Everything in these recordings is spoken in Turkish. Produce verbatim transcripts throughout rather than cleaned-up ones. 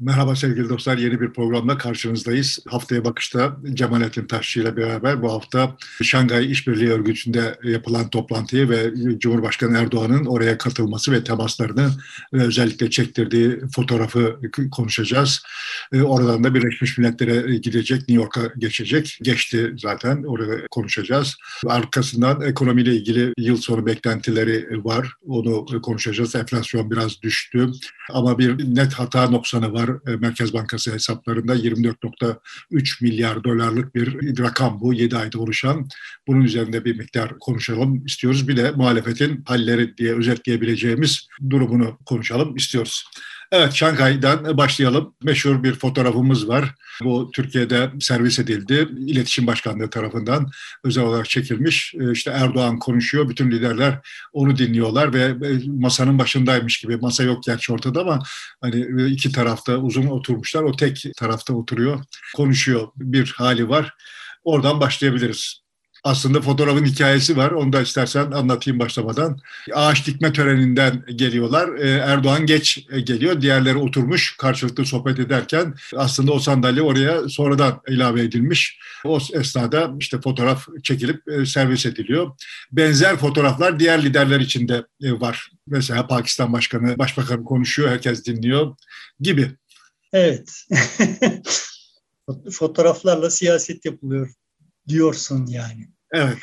Merhaba sevgili dostlar, yeni bir programla karşınızdayız. Haftaya Bakış'ta Cemalettin Taşçı ile beraber bu hafta Şanghay İşbirliği Örgütü'nde yapılan toplantıyı ve Cumhurbaşkanı Erdoğan'ın oraya katılması ve temaslarını ve özellikle çektirdiği fotoğrafı konuşacağız. Oradan da Birleşmiş Milletler'e gidecek, New York'a geçecek. Geçti zaten, orada konuşacağız. Arkasından ekonomiyle ilgili yıl sonu beklentileri var, onu konuşacağız. Enflasyon biraz düştü ama bir net hata noksanı var. Merkez Bankası hesaplarında yirmi dört virgül üç milyar dolarlık bir rakam bu, yedi ayda oluşan. Bunun üzerinde bir miktar konuşalım istiyoruz. Bir de muhalefetin halleri diye özetleyebileceğimiz durumunu konuşalım istiyoruz. Evet, Şanghay'dan başlayalım. Meşhur bir fotoğrafımız var. Bu Türkiye'de servis edildi. İletişim Başkanlığı tarafından özel olarak çekilmiş. İşte Erdoğan konuşuyor. Bütün liderler onu dinliyorlar ve masanın başındaymış gibi. Masa yok gerçi ortada ama hani iki tarafta uzun oturmuşlar. O tek tarafta oturuyor. Konuşuyor, bir hali var. Oradan başlayabiliriz. Aslında fotoğrafın hikayesi var. Onu da istersen anlatayım başlamadan. Ağaç dikme töreninden geliyorlar. Erdoğan geç geliyor. Diğerleri oturmuş karşılıklı sohbet ederken aslında o sandalye oraya sonradan ilave edilmiş. O esnada işte fotoğraf çekilip servis ediliyor. Benzer fotoğraflar diğer liderler için de var. Mesela Pakistan Başkanı, Başbakanı konuşuyor, herkes dinliyor gibi. Evet. Fotoğraflarla siyaset yapılıyor diyorsun yani. Evet.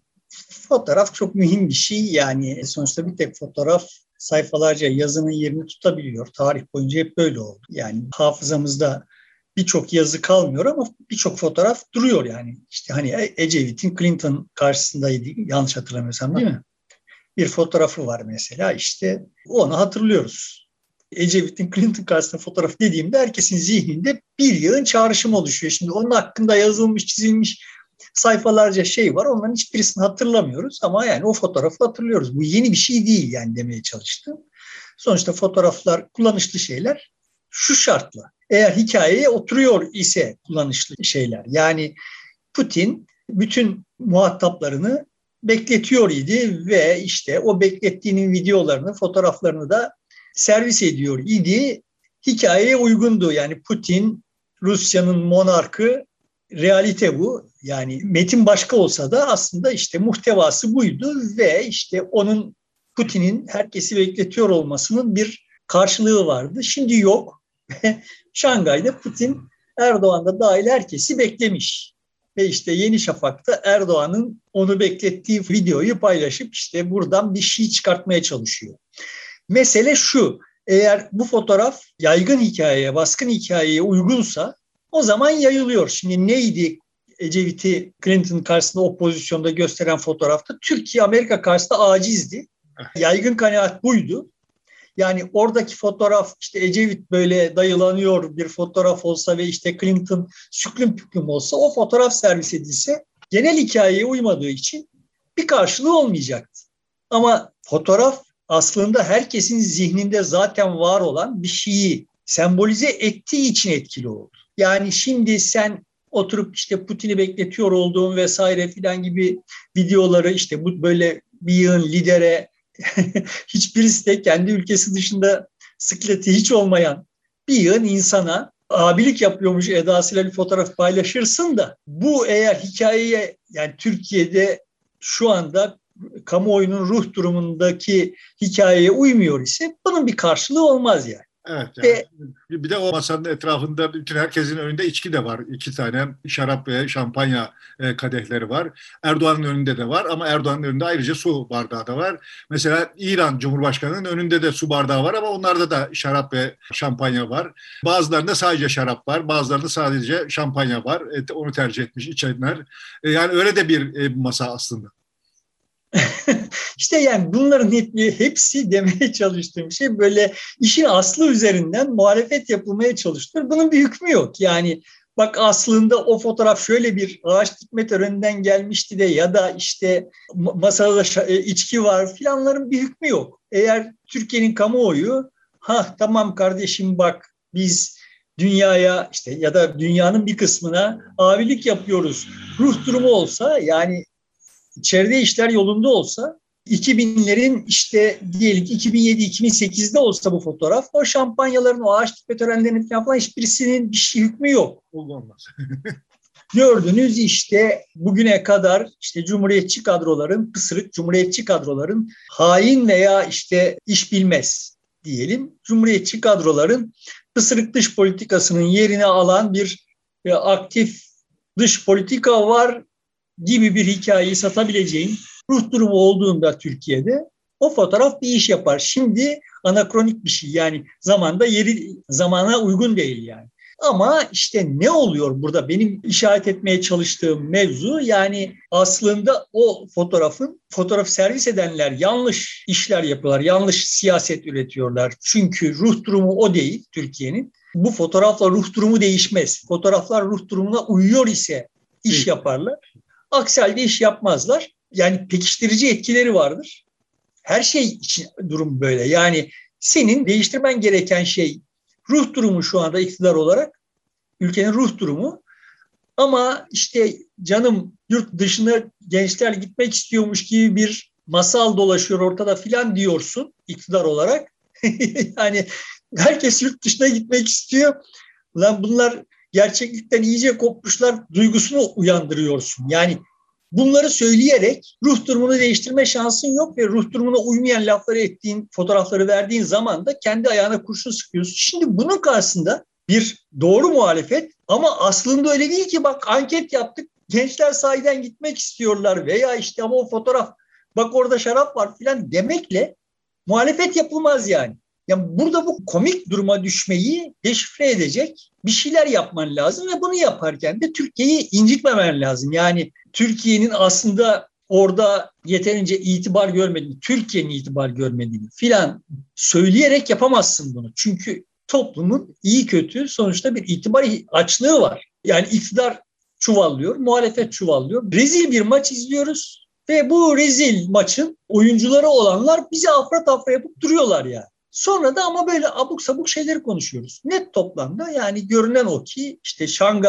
Fotoğraf çok mühim bir şey. Yani sonuçta bir tek fotoğraf sayfalarca yazının yerini tutabiliyor. Tarih boyunca hep böyle oldu. Yani hafızamızda birçok yazı kalmıyor ama birçok fotoğraf duruyor yani. İşte hani Ecevit'in Clinton karşısındaydı, yanlış hatırlamıyorsam, değil mi? Bir fotoğrafı var mesela, işte onu hatırlıyoruz. Ecevit'in Clinton karşısında fotoğraf dediğimde herkesin zihninde bir yığın çağrışım oluşuyor. Şimdi onun hakkında yazılmış, çizilmiş sayfalarca şey var. Onların hiçbirisini hatırlamıyoruz ama yani o fotoğrafı hatırlıyoruz. Bu yeni bir şey değil yani, demeye çalıştım. Sonuçta fotoğraflar kullanışlı şeyler şu şartla. Eğer hikayeye oturuyor ise kullanışlı şeyler. Yani Putin bütün muhataplarını bekletiyor idi ve işte o beklettiğinin videolarını, fotoğraflarını da servis ediyor idi. Hikayeye uygundu. Yani Putin, Rusya'nın monarkı, realite bu. Yani metin başka olsa da aslında işte muhtevası buydu ve işte onun, Putin'in herkesi bekletiyor olmasının bir karşılığı vardı. Şimdi yok. Şanghay'da Putin, Erdoğan da dahil herkesi beklemiş. Ve işte Yeni Şafak'ta Erdoğan'ın onu beklettiği videoyu paylaşıp işte buradan bir şey çıkartmaya çalışıyor. Mesele şu: eğer bu fotoğraf yaygın hikayeye, baskın hikayeye uygunsa o zaman yayılıyor. Şimdi neydi Ecevit'i Clinton karşısında o pozisyonda gösteren fotoğrafta? Türkiye Amerika karşısında acizdi. Yaygın kanaat buydu. Yani oradaki fotoğraf, işte Ecevit böyle dayılanıyor bir fotoğraf olsa ve işte Clinton süklüm püklüm olsa, o fotoğraf servis edilse genel hikayeye uymadığı için bir karşılığı olmayacaktı. Ama fotoğraf aslında herkesin zihninde zaten var olan bir şeyi sembolize ettiği için etkili oldu. Yani şimdi sen oturup işte Putin'i bekletiyor olduğun vesaire filan gibi videoları, işte bu böyle bir yığın lidere hiçbirisi de kendi ülkesi dışında sıkleti hiç olmayan bir yığın insana abilik yapıyormuş edasıyla bir fotoğraf paylaşırsın da, bu eğer hikayeye, yani Türkiye'de şu anda kamuoyunun ruh durumundaki hikayeye uymuyor ise bunun bir karşılığı olmaz yani. Evet. Yani. Ve, bir de o masanın etrafında bütün herkesin önünde içki de var. İki tane şarap ve şampanya kadehleri var. Erdoğan'ın önünde de var ama Erdoğan'ın önünde ayrıca su bardağı da var. Mesela İran Cumhurbaşkanı'nın önünde de su bardağı var ama onlarda da şarap ve şampanya var. Bazılarında sadece şarap var, bazılarında sadece şampanya var. Onu tercih etmiş içenler. Yani öyle de bir masa aslında. İşte yani bunların hepsi demeye çalıştığım şey, böyle işin aslı üzerinden muhalefet yapılmaya çalışılıyor. Bunun bir hükmü yok. Yani bak, aslında o fotoğraf şöyle bir ağaç dikme töreninden gelmişti de, ya da işte masada içki var filanların bir hükmü yok. Eğer Türkiye'nin kamuoyu, ha tamam kardeşim bak biz dünyaya işte ya da dünyanın bir kısmına abilik yapıyoruz ruh durumu olsa, yani İçeride işler yolunda olsa, iki binlerin işte diyelim ki iki bin yedi iki bin sekizde olsa bu fotoğraf, o şampanyaların, o ağaç dikme törenlerinin falan hiçbirisinin bir şey hükmü yok. Olmaz. Gördüğünüz işte bugüne kadar işte cumhuriyetçi kadroların, pısırık cumhuriyetçi kadroların, hain veya işte iş bilmez diyelim, cumhuriyetçi kadroların pısırık dış politikasının yerini alan bir e, aktif dış politika var gibi bir hikayeyi satabileceğin ruh durumu olduğunda Türkiye'de o fotoğraf bir iş yapar. Şimdi anakronik bir şey, yani zamanda yeri, zamana uygun değil yani. Ama işte ne oluyor burada? Benim işaret etmeye çalıştığım mevzu, yani aslında o fotoğrafın, fotoğraf servis edenler yanlış işler yapıyorlar, yanlış siyaset üretiyorlar. Çünkü ruh durumu o değil Türkiye'nin. Bu fotoğrafla ruh durumu değişmez. Fotoğraflar ruh durumuna uyuyor ise iş yaparlar. Aksi halde iş yapmazlar. Yani pekiştirici etkileri vardır. Her şey için durum böyle. Yani senin değiştirmen gereken şey ruh durumu şu anda iktidar olarak. Ülkenin ruh durumu. Ama işte canım yurt dışına gençler gitmek istiyormuş gibi bir masal dolaşıyor ortada filan diyorsun iktidar olarak. Yani herkes yurt dışına gitmek istiyor. Lan bunlar gerçeklikten iyice kopmuşlar duygusunu uyandırıyorsun. Yani bunları söyleyerek ruh durumunu değiştirme şansın yok ve ruh durumuna uymayan lafları ettiğin, fotoğrafları verdiğin zaman da kendi ayağına kurşun sıkıyorsun. Şimdi bunun karşısında bir doğru muhalefet, ama aslında öyle değil ki, bak anket yaptık, gençler sahiden gitmek istiyorlar veya işte ama o fotoğraf, bak orada şarap var filan demekle muhalefet yapılmaz yani. Yani burada bu komik duruma düşmeyi deşifre edecek bir şeyler yapman lazım ve bunu yaparken de Türkiye'yi incitmemen lazım. Yani Türkiye'nin aslında orada yeterince itibar görmediğini, Türkiye'nin itibar görmediğini filan söyleyerek yapamazsın bunu. Çünkü toplumun iyi kötü sonuçta bir itibar açlığı var. Yani iktidar çuvallıyor, muhalefet çuvallıyor. Rezil bir maç izliyoruz ve bu rezil maçın oyuncuları olanlar bizi afra tafra yapıp duruyorlar yani. Sonra da ama böyle abuk sabuk şeyleri konuşuyoruz. Net toplamda yani görünen o ki işte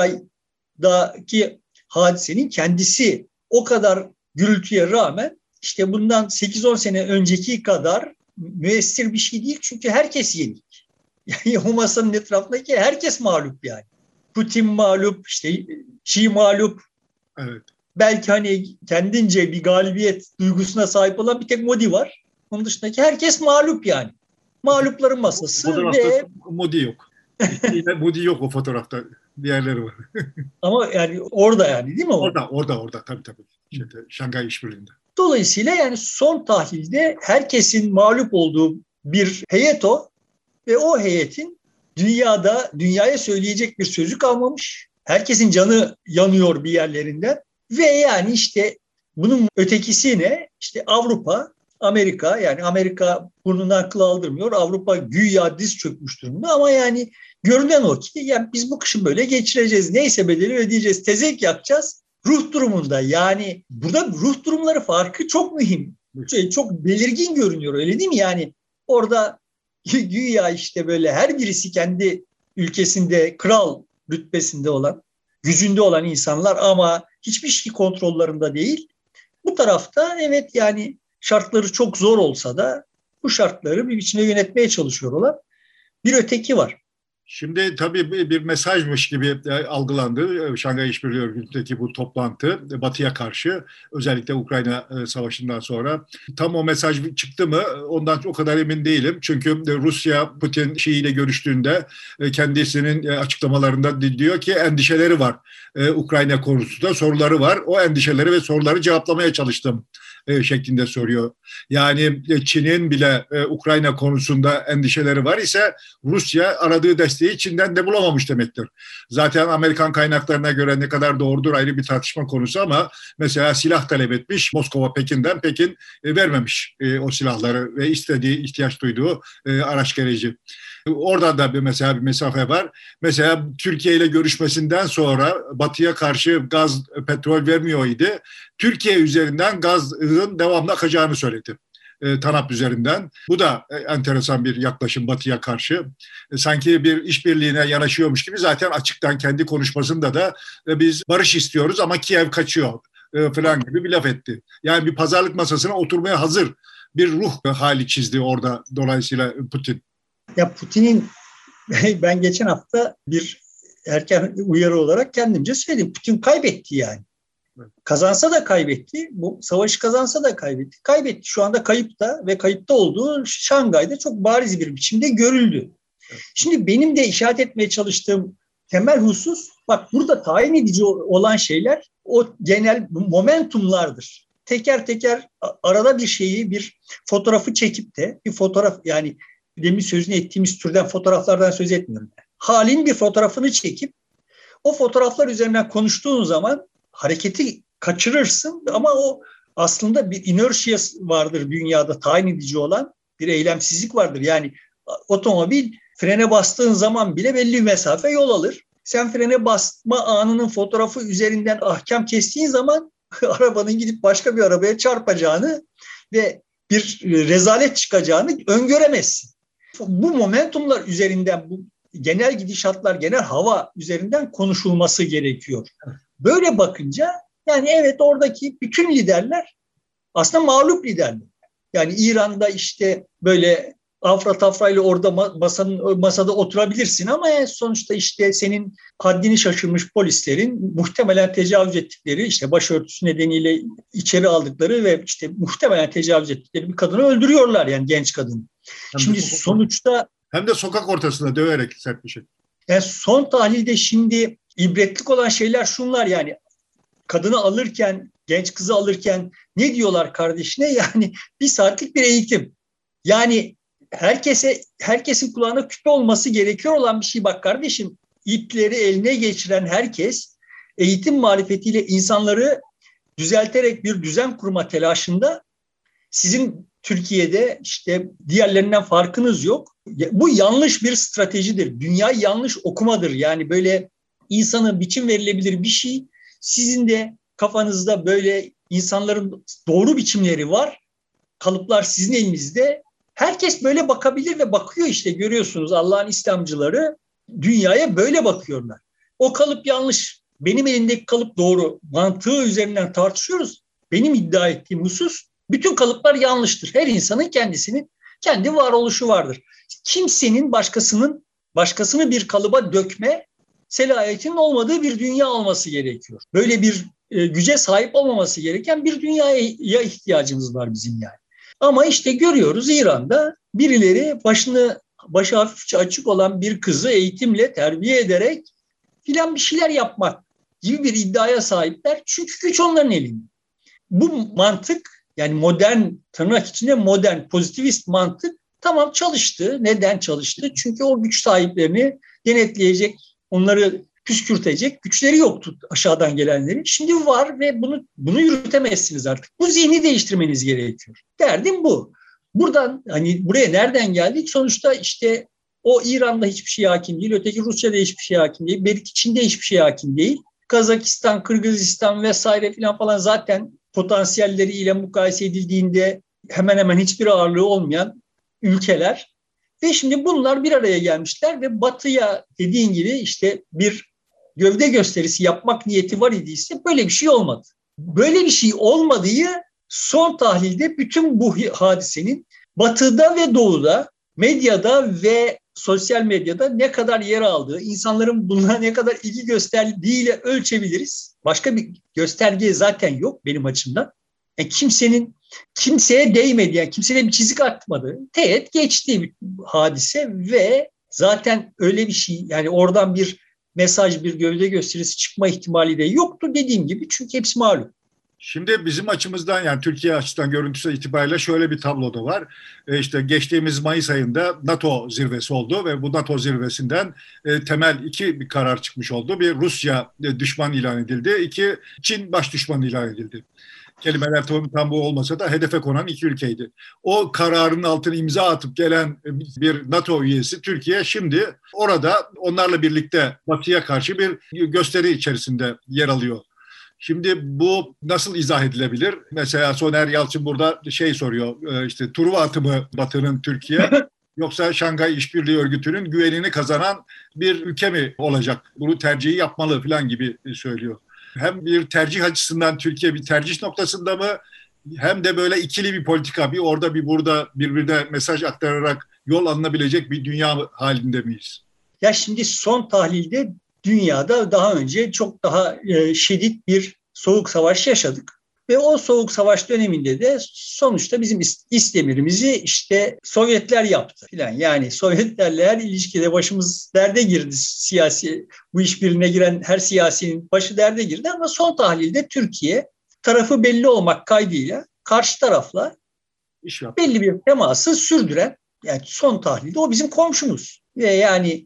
Şangay'daki hadisenin kendisi o kadar gürültüye rağmen işte bundan sekiz on sene önceki kadar müessir bir şey değil. Çünkü herkes yenik. Yani o masanın etrafındaki herkes mağlup yani. Putin mağlup, işte Şii mağlup. Evet. Belki hani kendince bir galibiyet duygusuna sahip olan bir tek Modi var. Onun dışındaki herkes mağlup yani. Mağlupların masası Fotoğrafta ve Modi yok. Yine Modi yok o fotoğrafta. Diğerleri var. ama yani orada yani değil mi o? Orada, orada, orada tabii tabii. Şeyde, Şangay İşbirliği'nde. Dolayısıyla yani son tahlilde herkesin mağlup olduğu bir heyet o ve o heyetin dünyada dünyaya söyleyecek bir sözü kalmamış. Herkesin canı yanıyor bir yerlerinden ve yani işte bunun ötekisi ne? İşte Avrupa, Amerika, yani Amerika burnundan kıl aldırmıyor. Avrupa güya diz çökmüş durumda ama yani görünen o ki yani biz bu kışı böyle geçireceğiz. Neyse bedeli ödeyeceğiz. Tezek yapacağız. Ruh durumunda, yani burada ruh durumları farkı çok mühim. Şey, çok belirgin görünüyor, öyle değil mi? Yani orada güya işte böyle her birisi kendi ülkesinde kral rütbesinde olan, gücünde olan insanlar ama hiçbir şey kontrollerinde değil. Bu tarafta evet yani şartları çok zor olsa da bu şartları bir biçimde yönetmeye çalışıyorlar. Bir öteki var. Şimdi tabii bir mesajmış gibi algılandı Şangay İşbirliği Örgütü'ndeki bu toplantı Batı'ya karşı, özellikle Ukrayna Savaşı'ndan sonra. Tam o mesaj çıktı mı ondan o kadar emin değilim. Çünkü Rusya Putin Şii ile görüştüğünde kendisinin açıklamalarında diyor ki endişeleri var. Ukrayna konusunda soruları var. O endişeleri ve soruları cevaplamaya çalıştım şeklinde soruyor. Yani Çin'in bile Ukrayna konusunda endişeleri var ise Rusya aradığı desteği Çin'den de bulamamış demektir. Zaten Amerikan kaynaklarına göre ne kadar doğrudur ayrı bir tartışma konusu ama mesela silah talep etmiş Moskova Pekin'den, Pekin vermemiş o silahları ve istediği, ihtiyaç duyduğu araç gereci. Oradan da bir mesela bir mesafe var. Mesela Türkiye ile görüşmesinden sonra Batı'ya karşı gaz, petrol vermiyor idi. Türkiye üzerinden gazın devamlı akacağını söyledi. E, TANAP üzerinden. Bu da e, enteresan bir yaklaşım Batı'ya karşı. E, sanki bir işbirliğine yanaşıyormuş gibi zaten açıktan kendi konuşmasında da e, biz barış istiyoruz ama Kiev kaçıyor. e, falan gibi bir laf etti. Yani bir pazarlık masasına oturmaya hazır bir ruh hali çizdi orada dolayısıyla Putin. Ya Putin'in ben geçen hafta bir erken uyarı olarak kendimce söyledim. Putin kaybetti yani. Kazansa da kaybetti. Bu savaşı kazansa da kaybetti. Kaybetti. Şu anda kayıpta ve kayıpta olduğu Şangay'da çok bariz bir biçimde görüldü. Şimdi benim de işaret etmeye çalıştığım temel husus, bak burada tayin edici olan şeyler o genel momentumlardır. Teker teker arada bir şeyi, bir fotoğrafı çekip de bir fotoğraf, yani demin sözünü ettiğimiz türden fotoğraflardan söz etmiyorum. Halin bir fotoğrafını çekip o fotoğraflar üzerinden konuştuğun zaman hareketi kaçırırsın ama o aslında bir inertia vardır dünyada, tayin edici olan bir eylemsizlik vardır. Yani otomobil frene bastığın zaman bile belli bir mesafe yol alır. Sen frene basma anının fotoğrafı üzerinden ahkam kestiğin zaman arabanın gidip başka bir arabaya çarpacağını ve bir rezalet çıkacağını öngöremezsin. Bu momentumlar üzerinden, bu genel gidişatlar, genel hava üzerinden konuşulması gerekiyor. Böyle bakınca yani evet, oradaki bütün liderler aslında mağlup liderler. Yani İran'da işte böyle afra tafrayla orada masanın, masada oturabilirsin ama sonuçta işte senin haddini şaşırmış polislerin muhtemelen tecavüz ettikleri, işte başörtüsü nedeniyle içeri aldıkları ve işte muhtemelen tecavüz ettikleri bir kadını öldürüyorlar, yani genç kadını. Hem şimdi de sonuçta hem de sokak ortasında döverek sert bir şey. Yani son tahlilde şimdi ibretlik olan şeyler şunlar, yani kadını alırken, genç kızı alırken ne diyorlar kardeşine? Yani bir saatlik bir eğitim. Yani herkese, herkesin kulağına küpe olması gerekiyor olan bir şey. Bak kardeşim, ipleri eline geçiren herkes eğitim marifetiyle insanları düzelterek bir düzen kurma telaşında. Sizin Türkiye'de işte diğerlerinden farkınız yok. Bu yanlış bir stratejidir. Dünyayı yanlış okumadır. Yani böyle insana biçim verilebilir bir şey. Sizin de kafanızda böyle insanların doğru biçimleri var. Kalıplar sizin elinizde. Herkes böyle bakabilir ve bakıyor, işte görüyorsunuz Allah'ın İslamcıları dünyaya böyle bakıyorlar. O kalıp yanlış. Benim elimdeki kalıp doğru. Mantığı üzerinden tartışıyoruz. Benim iddia ettiğim husus, bütün kalıplar yanlıştır. Her insanın kendisinin kendi varoluşu vardır. Kimsenin başkasının başkasını bir kalıba dökme selahiyetinin olmadığı bir dünya olması gerekiyor. Böyle bir e, güce sahip olmaması gereken bir dünyaya ihtiyacımız var bizim yani. Ama işte görüyoruz İran'da birileri başını başı hafifçe açık olan bir kızı eğitimle terbiye ederek filan bir şeyler yapmak gibi bir iddiaya sahipler. Çünkü güç onların elinde. Bu mantık, yani modern, tırnak içinde modern pozitivist mantık tamam çalıştı. Neden çalıştı? Çünkü o güç sahiplerini denetleyecek, onları püskürtecek güçleri yoktu aşağıdan gelenlerin. Şimdi var ve bunu bunu yürütemezsiniz artık. Bu zihni değiştirmeniz gerekiyor. Derdim bu. Buradan hani buraya nereden geldik? Sonuçta işte o İran'da hiçbir şey hakim değil, öteki Rusya'da hiçbir şey hakim değil, belki Çin'de hiçbir şey hakim değil. Kazakistan, Kırgızistan vesaire filan falan zaten potansiyelleriyle mukayese edildiğinde hemen hemen hiçbir ağırlığı olmayan ülkeler. Ve şimdi bunlar bir araya gelmişler ve Batı'ya dediğin gibi işte bir gövde gösterisi yapmak niyeti var idiyse böyle bir şey olmadı. Böyle bir şey olmadığı son tahlilde bütün bu hadisenin Batı'da ve Doğu'da, medyada ve sosyal medyada ne kadar yer aldığı, insanların bunlara ne kadar ilgi gösterdiğiyle ölçebiliriz. Başka bir gösterge zaten yok benim açımdan. Yani kimsenin kimseye değmedi, yani kimseye bir çizik atmadı. Teğet geçti bir hadise ve zaten öyle bir şey, yani oradan bir mesaj, bir gövde gösterisi çıkma ihtimali de yoktu dediğim gibi, çünkü hepsi malum. Şimdi bizim açımızdan, yani Türkiye açısından görüntüsü itibariyle şöyle bir tablo da var. E işte geçtiğimiz Mayıs ayında NATO zirvesi oldu ve bu NATO zirvesinden e, temel iki bir karar çıkmış oldu. Bir, Rusya düşman ilan edildi. İki, Çin baş düşman ilan edildi. Kelimeler tam, tam bu olmasa da hedefe konan iki ülkeydi. O kararın altına imza atıp gelen bir NATO üyesi Türkiye şimdi orada onlarla birlikte Batı'ya karşı bir gösteri içerisinde yer alıyor. Şimdi bu nasıl izah edilebilir? Mesela Soner Yalçın burada şey soruyor, işte Truva atı mı Batı'nın Türkiye, yoksa Şangay İşbirliği Örgütü'nün güvenini kazanan bir ülke mi olacak? Bunu tercihi yapmalı falan gibi söylüyor. Hem bir tercih açısından Türkiye bir tercih noktasında mı, hem de böyle ikili bir politika, bir orada bir burada birbirine mesaj aktararak yol alınabilecek bir dünya halinde miyiz? Ya şimdi son tahlilde dünyada daha önce çok daha e, şiddet bir soğuk savaş yaşadık. Ve o soğuk savaş döneminde de sonuçta bizim istemirimizi işte Sovyetler yaptı filan. Yani Sovyetlerle her ilişkide başımız derde girdi, siyasi, bu işbirliğine giren her siyasinin başı derde girdi. Ama son tahlilde Türkiye tarafı belli olmak kaydıyla karşı tarafla İş belli bir teması sürdüren, yani son tahlilde o bizim komşumuz. Ve yani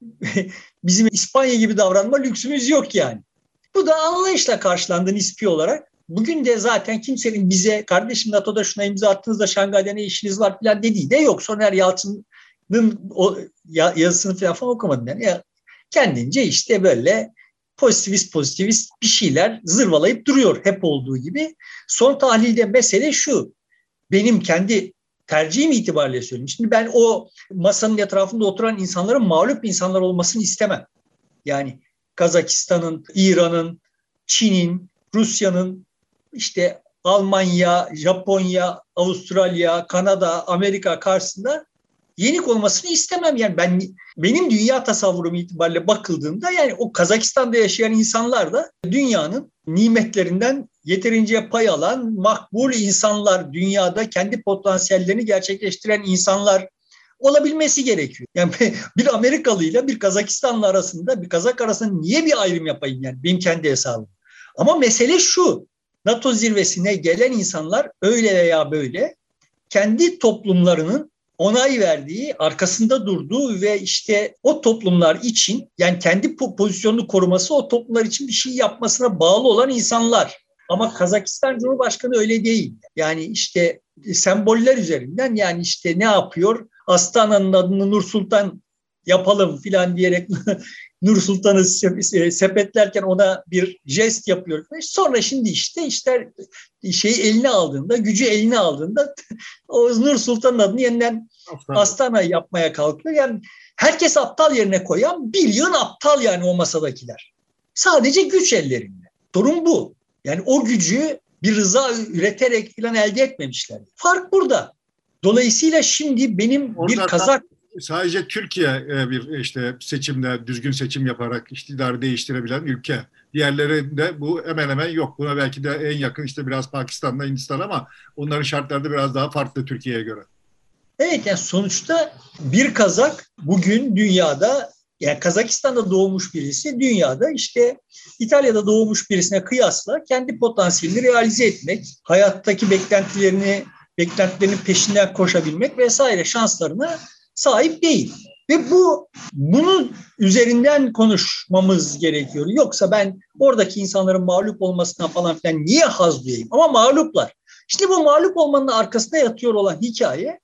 bizim İspanya gibi davranma lüksümüz yok yani. Bu da anlayışla karşılandı nispi olarak. Bugün de zaten kimsenin bize kardeşim NATO'da şuna imza attığınızda Şangay'da ne işiniz var falan dediği de yok. Soner Yalçın'ın o yazısını falan, falan okumadım yani. Ya, kendince işte böyle pozitivist pozitivist bir şeyler zırvalayıp duruyor hep olduğu gibi. Son tahlilde mesele şu. Benim kendi tercihim itibariyle söyleyeyim. Şimdi ben o masanın etrafında oturan insanların mağlup insanlar olmasını istemem. Yani Kazakistan'ın, İran'ın, Çin'in, Rusya'nın, işte Almanya, Japonya, Avustralya, Kanada, Amerika karşısında yenik olmasını istemem. Yani ben benim dünya tasavvurum itibariyle bakıldığında yani o Kazakistan'da yaşayan insanlar da dünyanın nimetlerinden yeterince pay alan makbul insanlar, dünyada kendi potansiyellerini gerçekleştiren insanlar olabilmesi gerekiyor. Yani bir Amerikalı ile bir Kazakistanlı arasında, bir Kazak arasında niye bir ayrım yapayım yani benim kendi hesabım. Ama mesele şu, NATO zirvesine gelen insanlar öyle veya böyle kendi toplumlarının onay verdiği, arkasında durduğu ve işte o toplumlar için, yani kendi pozisyonunu koruması, o toplumlar için bir şey yapmasına bağlı olan insanlar. Ama Kazakistan Cumhurbaşkanı öyle değil. Yani işte semboller üzerinden, yani işte ne yapıyor? Astana'nın adını Nur Sultan yapalım filan diyerek Nur Sultan'ı sepetlerken ona bir jest yapıyor. Sonra şimdi işte işte şeyi eline aldığında, gücü eline aldığında o Nur Sultan'ın adını yeniden Astana yapmaya kalkıyor. Yani herkes aptal yerine koyan bir yığın aptal yani o masadakiler. Sadece güç ellerinde. Sorun bu. Yani o gücü bir rıza üreterek falan elde etmemişler. Fark burada. Dolayısıyla şimdi benim Orada bir Kazak... Sadece Türkiye bir işte seçimde düzgün seçim yaparak iktidarı değiştirebilen ülke. Diğerlerinde bu hemen hemen yok. Buna belki de en yakın işte biraz Pakistan'da, Hindistan, ama onların şartları da biraz daha farklı Türkiye'ye göre. Evet, yani sonuçta bir Kazak bugün dünyada, yani Kazakistan'da doğmuş birisi dünyada işte İtalya'da doğmuş birisine kıyasla kendi potansiyelini realize etmek, hayattaki beklentilerini, beklentilerinin peşinden koşabilmek vesaire şanslarına sahip değil. Ve bu bunun üzerinden konuşmamız gerekiyor. Yoksa ben oradaki insanların mağlup olmasına falan filan niye haz duyayım? Ama mağluplar. İşte bu mağlup olmanın arkasında yatıyor olan hikaye,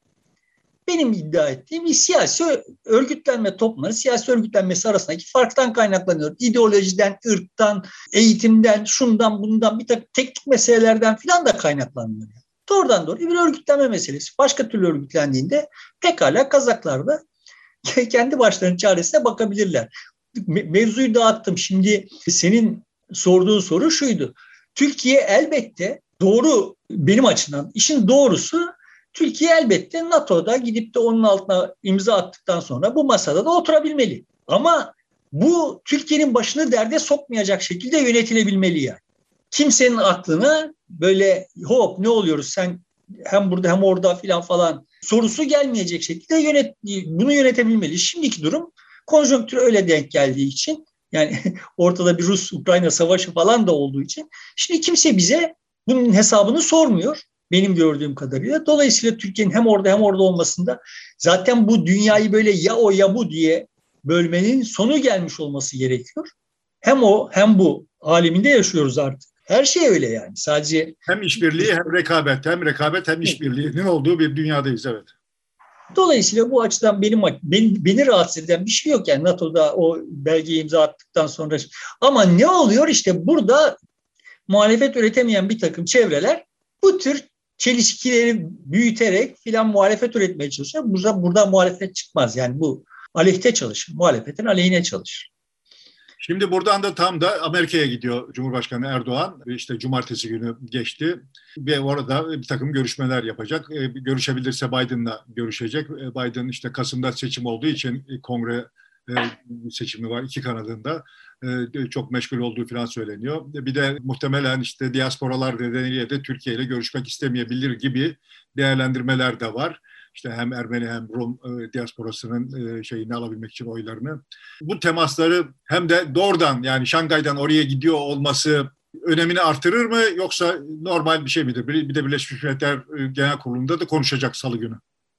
benim iddia ettiğim bir siyasi örgütlenme, toplumların siyasi örgütlenmesi arasındaki farktan kaynaklanıyor. İdeolojiden, ırktan, eğitimden, şundan, bundan, bir takım teknik meselelerden filan da kaynaklanıyor. Doğrudan doğruya bir örgütlenme meselesi. Başka türlü örgütlendiğinde pekala Kazaklar da kendi başlarının çaresine bakabilirler. Mevzuyu dağıttım. Şimdi senin sorduğun soru şuydu. Türkiye elbette doğru, benim açımdan işin doğrusu, Türkiye elbette NATO'da gidip de onun altına imza attıktan sonra bu masada da oturabilmeli. Ama bu Türkiye'nin başını derde sokmayacak şekilde yönetilebilmeli yani. Kimsenin aklına böyle hop ne oluyoruz sen hem burada hem orada filan falan sorusu gelmeyecek şekilde yönet, bunu yönetebilmeli. Şimdiki durum konjonktür öyle denk geldiği için, yani ortada bir Rus-Ukrayna savaşı falan da olduğu için şimdi kimse bize bunun hesabını sormuyor benim gördüğüm kadarıyla. Dolayısıyla Türkiye'nin hem orada hem orada olmasında zaten bu dünyayı böyle ya o ya bu diye bölmenin sonu gelmiş olması gerekiyor. Hem o hem bu aleminde yaşıyoruz artık. Her şey öyle yani. Sadece hem işbirliği hem rekabet, hem rekabet hem işbirliğinin olduğu bir dünyadayız, evet. Dolayısıyla bu açıdan benim beni, beni rahatsız eden bir şey yok yani NATO'da o belgeyi imza attıktan sonra. Ama ne oluyor işte burada muhalefet üretemeyen bir takım çevreler bu tür çelişkileri büyüterek filan muhalefet üretmeye çalışıyor. Burada, burada muhalefet çıkmaz yani, bu aleyhte çalışır. Muhalefetin aleyhine çalışır. Şimdi buradan da tam da Amerika'ya gidiyor Cumhurbaşkanı Erdoğan. İşte cumartesi günü geçti ve orada bir takım görüşmeler yapacak. Görüşebilirse Biden'la görüşecek. Biden işte Kasım'da seçim olduğu için kongre seçimi var iki kanadında. Çok meşgul olduğu falan söyleniyor. Bir de muhtemelen işte diasporalar nedeniyle de Türkiye ile görüşmek istemeyebilir gibi değerlendirmeler de var. İşte hem Ermeni hem Rum e, diasporasının e, şeyini alabilmek için oylarını. Bu temasları hem de doğrudan yani Şangay'dan oraya gidiyor olması önemini artırır mı yoksa normal bir şey midir? Bir, bir de Birleşmiş Milletler Genel Kurulu'nda da konuşacak Salı günü.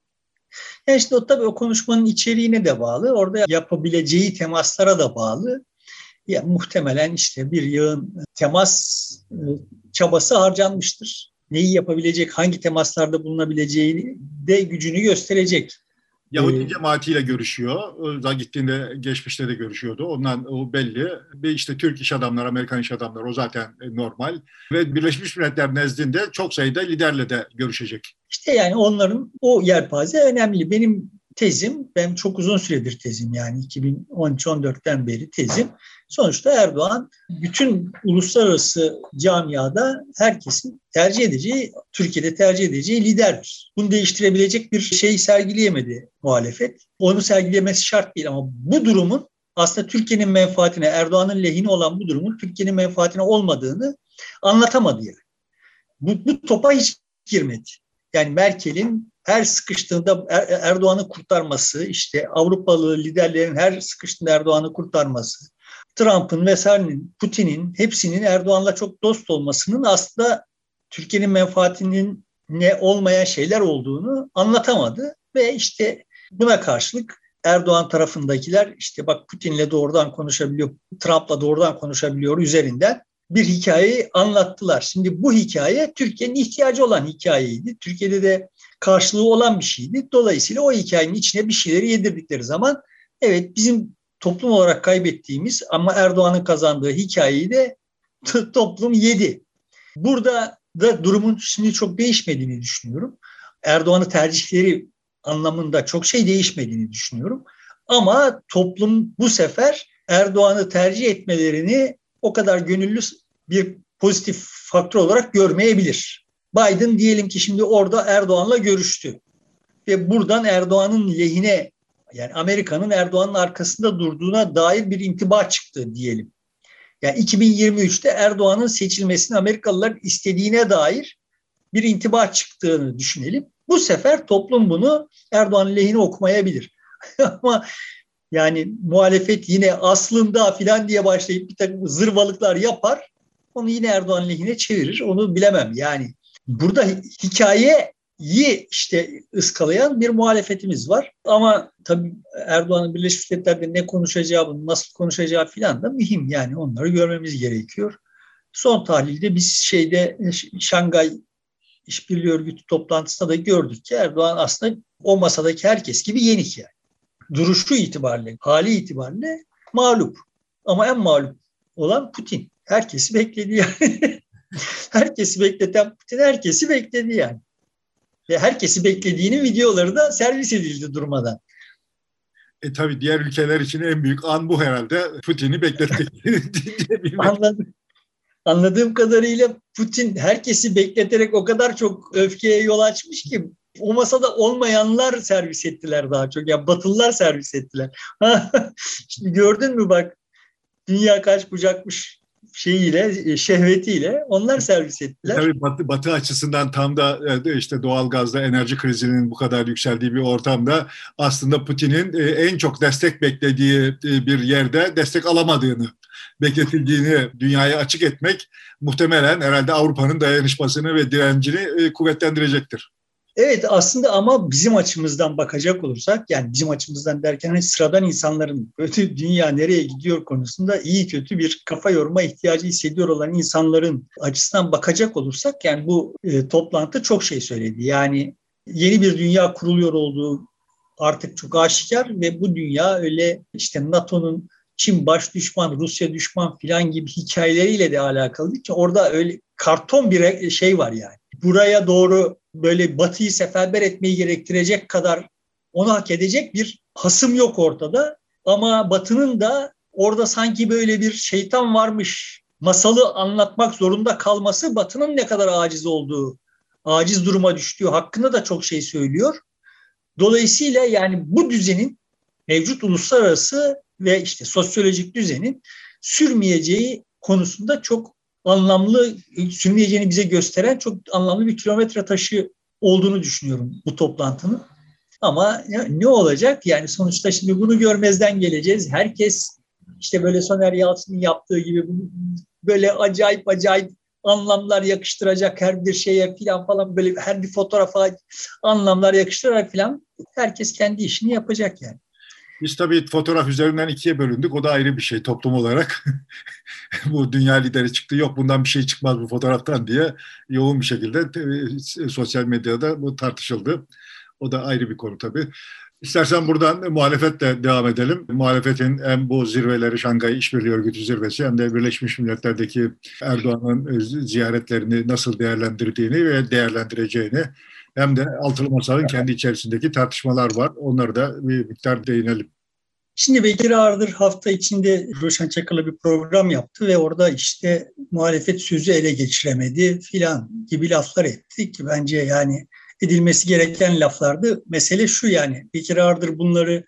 Ya işte o tabii o konuşmanın içeriğine de bağlı, orada yapabileceği temaslara da bağlı. Ya, muhtemelen işte bir yığın temas e, çabası harcanmıştır. Neyi yapabilecek, hangi temaslarda bulunabileceğini de gücünü gösterecek. Yahudi ee, cemaatiyle görüşüyor. O gittiğinde geçmişte de görüşüyordu. Ondan o belli. Ve işte Türk iş adamları, Amerikan iş adamları o zaten normal. Ve Birleşmiş Milletler nezdinde çok sayıda liderle de görüşecek. İşte yani onların o yelpaze önemli. Benim tezim, ben çok uzun süredir tezim yani iki bin on üç on dörtten beri tezim. Sonuçta Erdoğan bütün uluslararası camiada herkesin tercih edeceği, Türkiye'de tercih edeceği liderdir. Bunu değiştirebilecek bir şey sergileyemedi muhalefet. Onu sergilemesi şart değil ama bu durumun aslında Türkiye'nin menfaatine, Erdoğan'ın lehine olan bu durumun Türkiye'nin menfaatine olmadığını anlatamadı yani. Bu, bu topa hiç girmedi. Yani Merkel'in her sıkıştığında Erdoğan'ı kurtarması, işte Avrupalı liderlerin her sıkıştığında Erdoğan'ı kurtarması, Trump'ın vesairenin, Putin'in hepsinin Erdoğan'la çok dost olmasının aslında Türkiye'nin menfaatinin ne olmayan şeyler olduğunu anlatamadı. Ve işte buna karşılık Erdoğan tarafındakiler işte bak Putin'le doğrudan konuşabiliyor, Trump'la doğrudan konuşabiliyor üzerinden bir hikayeyi anlattılar. Şimdi bu hikaye Türkiye'nin ihtiyacı olan hikayeydi. Türkiye'de de karşılığı olan bir şeydi. Dolayısıyla o hikayenin içine bir şeyleri yedirdikleri zaman evet bizim toplum olarak kaybettiğimiz ama Erdoğan'ın kazandığı hikayeyi de t- toplum yedi. Burada da durumun şimdi çok değişmediğini düşünüyorum. Erdoğan'ın tercihleri anlamında çok şey değişmediğini düşünüyorum. Ama toplum bu sefer Erdoğan'ı tercih etmelerini o kadar gönüllü bir pozitif faktör olarak görmeyebilir. Biden diyelim ki şimdi orada Erdoğan'la görüştü ve buradan Erdoğan'ın lehine yani Amerika'nın Erdoğan'ın arkasında durduğuna dair bir intiba çıktı diyelim. Yani iki bin yirmi üçte Erdoğan'ın seçilmesini Amerikalılar istediğine dair bir intiba çıktığını düşünelim. Bu sefer toplum bunu Erdoğan'ın lehine okumayabilir. Ama yani muhalefet yine aslında filan diye başlayıp bir takım zırvalıklar yapar. Onu yine Erdoğan lehine çevirir. Onu bilemem. Yani burada hikayeyi işte ıskalayan bir muhalefetimiz var. Ama tabii Erdoğan'ın Birleşmiş Milletler'de ne konuşacağı, nasıl konuşacağı filan da mühim. Yani onları görmemiz gerekiyor. Son tahlilde biz şeyde Şangay İşbirliği Örgütü toplantısında da gördük ki Erdoğan aslında o masadaki herkes gibi yenik yani. Duruşu itibariyle, hali itibariyle mağlup. Ama en mağlup olan Putin. Herkesi bekledi yani. Herkesi bekleten Putin herkesi bekledi yani. Ve herkesi beklediğinin videoları da servis edildi durmadan. E tabii diğer ülkeler için en büyük an bu herhalde. Putin'i beklettikleri. Anladım. Anladığım kadarıyla Putin herkesi bekleterek o kadar çok öfkeye yol açmış ki o masada olmayanlar servis ettiler daha çok. Yani Batılılar servis ettiler. Şimdi gördün mü bak dünya kaç bucakmış şeyiyle, şehvetiyle onlar servis ettiler. Tabii Batı, Batı açısından tam da işte doğalgazda enerji krizinin bu kadar yükseldiği bir ortamda aslında Putin'in en çok destek beklediği bir yerde destek alamadığını, bekletildiğini dünyaya açık etmek muhtemelen herhalde Avrupa'nın dayanışmasını ve direncini kuvvetlendirecektir. Evet aslında ama bizim açımızdan bakacak olursak yani bizim açımızdan derken hani sıradan insanların kötü dünya nereye gidiyor konusunda iyi kötü bir kafa yorma ihtiyacı hissediyor olan insanların açısından bakacak olursak yani bu e, toplantı çok şey söyledi. Yani yeni bir dünya kuruluyor olduğu artık çok aşikar ve bu dünya öyle işte NATO'nun Çin baş düşman, Rusya düşman filan gibi hikayeleriyle de alakalı değil ki orada öyle karton bir şey var yani. Buraya doğru böyle Batı'yı seferber etmeyi gerektirecek kadar onu hak edecek bir hasım yok ortada. Ama Batı'nın da orada sanki böyle bir şeytan varmış masalı anlatmak zorunda kalması Batı'nın ne kadar aciz olduğu, aciz duruma düştüğü hakkında da çok şey söylüyor. Dolayısıyla yani bu düzenin, mevcut uluslararası ve işte sosyolojik düzenin sürmeyeceği konusunda çok anlamlı, sürmeyeceğini bize gösteren çok anlamlı bir kilometre taşı olduğunu düşünüyorum bu toplantının. Ama ne olacak? Yani sonuçta şimdi bunu görmezden geleceğiz. Herkes işte böyle Soner Yalçın'ın yaptığı gibi böyle acayip acayip anlamlar yakıştıracak her bir şeye falan falan, böyle her bir fotoğrafa anlamlar yakıştırarak falan herkes kendi işini yapacak yani. Biz tabii fotoğraf üzerinden ikiye bölündük. O da ayrı bir şey toplum olarak. Bu dünya lideri çıktı, yok bundan bir şey çıkmaz bu fotoğraftan diye yoğun bir şekilde e, sosyal medyada bu tartışıldı. O da ayrı bir konu tabii. İstersen buradan muhalefetle devam edelim. Muhalefetin hem bu zirveleri, Şangay İşbirliği Örgütü zirvesi, hem de Birleşmiş Milletler'deki Erdoğan'ın ziyaretlerini nasıl değerlendirdiğini ve değerlendireceğini, hem de Altılı Masa'nın kendi içerisindeki tartışmalar var. Onları da bir miktar değinelim. Şimdi Bekir Ağırdır hafta içinde Ruşen Çakır'la bir program yaptı ve orada işte muhalefet sözü ele geçiremedi filan gibi laflar etti ki bence yani edilmesi gereken laflardı. Mesele şu, yani Bekir Ağırdır bunları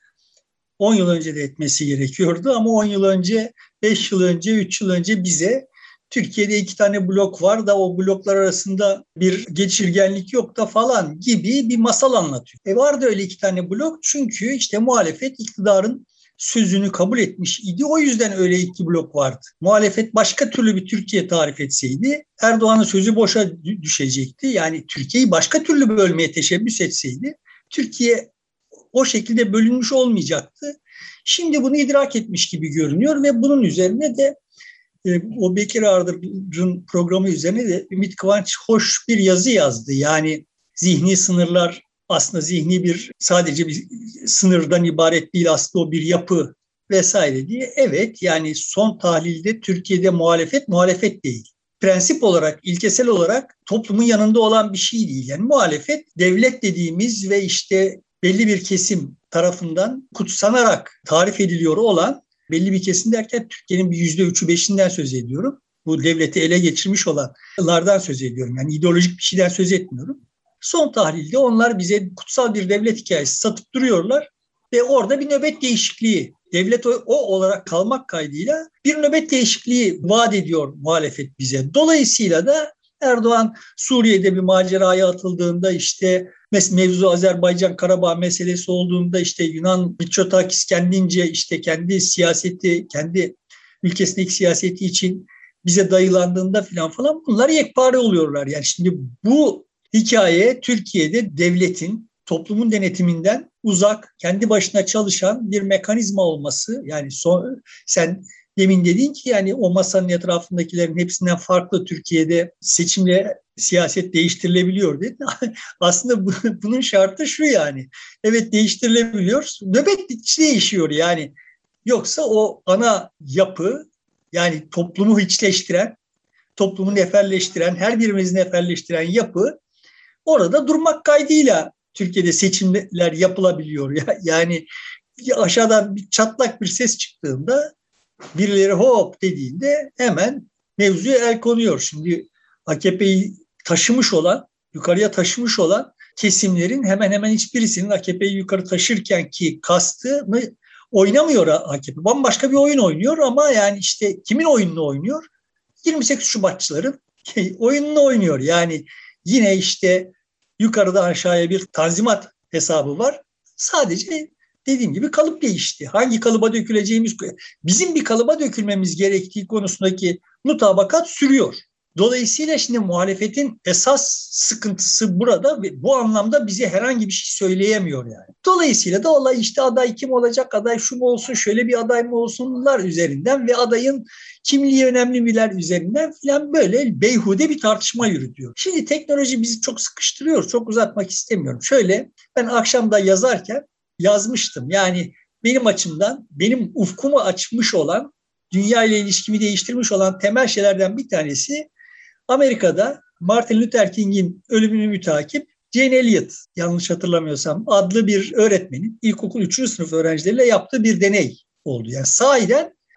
on yıl önce de etmesi gerekiyordu ama on yıl önce, beş yıl önce, üç yıl önce bize Türkiye'de iki tane blok var da o bloklar arasında bir geçirgenlik yok da falan gibi bir masal anlatıyor. E vardı öyle iki tane blok çünkü işte muhalefet iktidarın sözünü kabul etmiş idi. O yüzden öyle iki blok vardı. Muhalefet başka türlü bir Türkiye tarif etseydi Erdoğan'ın sözü boşa düşecekti. Yani Türkiye'yi başka türlü bölmeye teşebbüs etseydi Türkiye o şekilde bölünmüş olmayacaktı. Şimdi bunu idrak etmiş gibi görünüyor ve bunun üzerine de e, o Bekir Ağırdır'ın programı üzerine de Ümit Kıvanç hoş bir yazı yazdı. Yani zihni sınırlar aslında zihni bir sadece bir sınırdan ibaret değil, aslında o bir yapı vesaire diye. Evet, yani son tahlilde Türkiye'de muhalefet muhalefet değil. Prensip olarak, ilkesel olarak toplumun yanında olan bir şey değil. Yani muhalefet devlet dediğimiz ve işte belli bir kesim tarafından kutsanarak tarif ediliyor olan, belli bir kesim derken Türkiye'nin bir yüzde üçü beşinden söz ediyorum. Bu devleti ele geçirmiş olanlardan söz ediyorum. Yani ideolojik bir şeyden söz etmiyorum. Son tahlilde onlar bize kutsal bir devlet hikayesi satıp duruyorlar ve orada bir nöbet değişikliği, devlet o, o olarak kalmak kaydıyla bir nöbet değişikliği vaat ediyor muhalefet bize. Dolayısıyla da Erdoğan Suriye'de bir maceraya atıldığında, işte mevzu Azerbaycan Karabağ meselesi olduğunda, işte Yunan Mitsotakis kendince işte kendi siyaseti, kendi ülkesindeki siyaseti için bize dayılandığında falan falan bunlar yekpare oluyorlar. Yani şimdi bu hikaye Türkiye'de devletin, toplumun denetiminden uzak, kendi başına çalışan bir mekanizma olması. Yani son, sen demin dedin ki yani o masanın etrafındakilerin hepsinden farklı Türkiye'de seçimle siyaset değiştirilebiliyor dedin. Aslında bu, bunun şartı şu yani. Evet, değiştirilebiliyor. Nöbet hiç değişiyor yani. Yoksa o ana yapı, yani toplumu hiçleştiren, toplumu neferleştiren, her birimizin neferleştiren yapı orada durmak kaydıyla Türkiye'de seçimler yapılabiliyor. Yani aşağıdan bir çatlak bir ses çıktığında, birileri hop dediğinde hemen mevzuya el konuyor. Şimdi A K P'yi taşımış olan, yukarıya taşımış olan kesimlerin hemen hemen hiçbirisinin A K P'yi yukarı taşırken ki kastını oynamıyor A K P. Bambaşka bir oyun oynuyor ama yani işte kimin oyununu oynuyor? yirmi sekiz Şubatçıların oyununu oynuyor. Yani yine işte yukarıda aşağıya bir tanzimat hesabı var. Sadece dediğim gibi kalıp değişti. Hangi kalıba döküleceğimiz, bizim bir kalıba dökülmemiz gerektiği konusundaki mutabakat sürüyor. Dolayısıyla şimdi muhalefetin esas sıkıntısı burada ve bu anlamda bize herhangi bir şey söyleyemiyor yani. Dolayısıyla da olay işte aday kim olacak, aday şu mu olsun, şöyle bir aday mı olsunlar üzerinden ve adayın kimliği önemli miler üzerinden falan böyle beyhude bir tartışma yürütüyor. Şimdi teknoloji bizi çok sıkıştırıyor, çok uzatmak istemiyorum. Şöyle, ben akşamda yazarken yazmıştım. Yani benim açımdan, benim ufkumu açmış olan, dünya ile ilişkimi değiştirmiş olan temel şeylerden bir tanesi, Amerika'da Martin Luther King'in ölümünü mütakip Jane Elliott, yanlış hatırlamıyorsam, adlı bir öğretmenin ilkokul üçüncü sınıf öğrencileriyle yaptığı bir deney oldu. Yani sahiden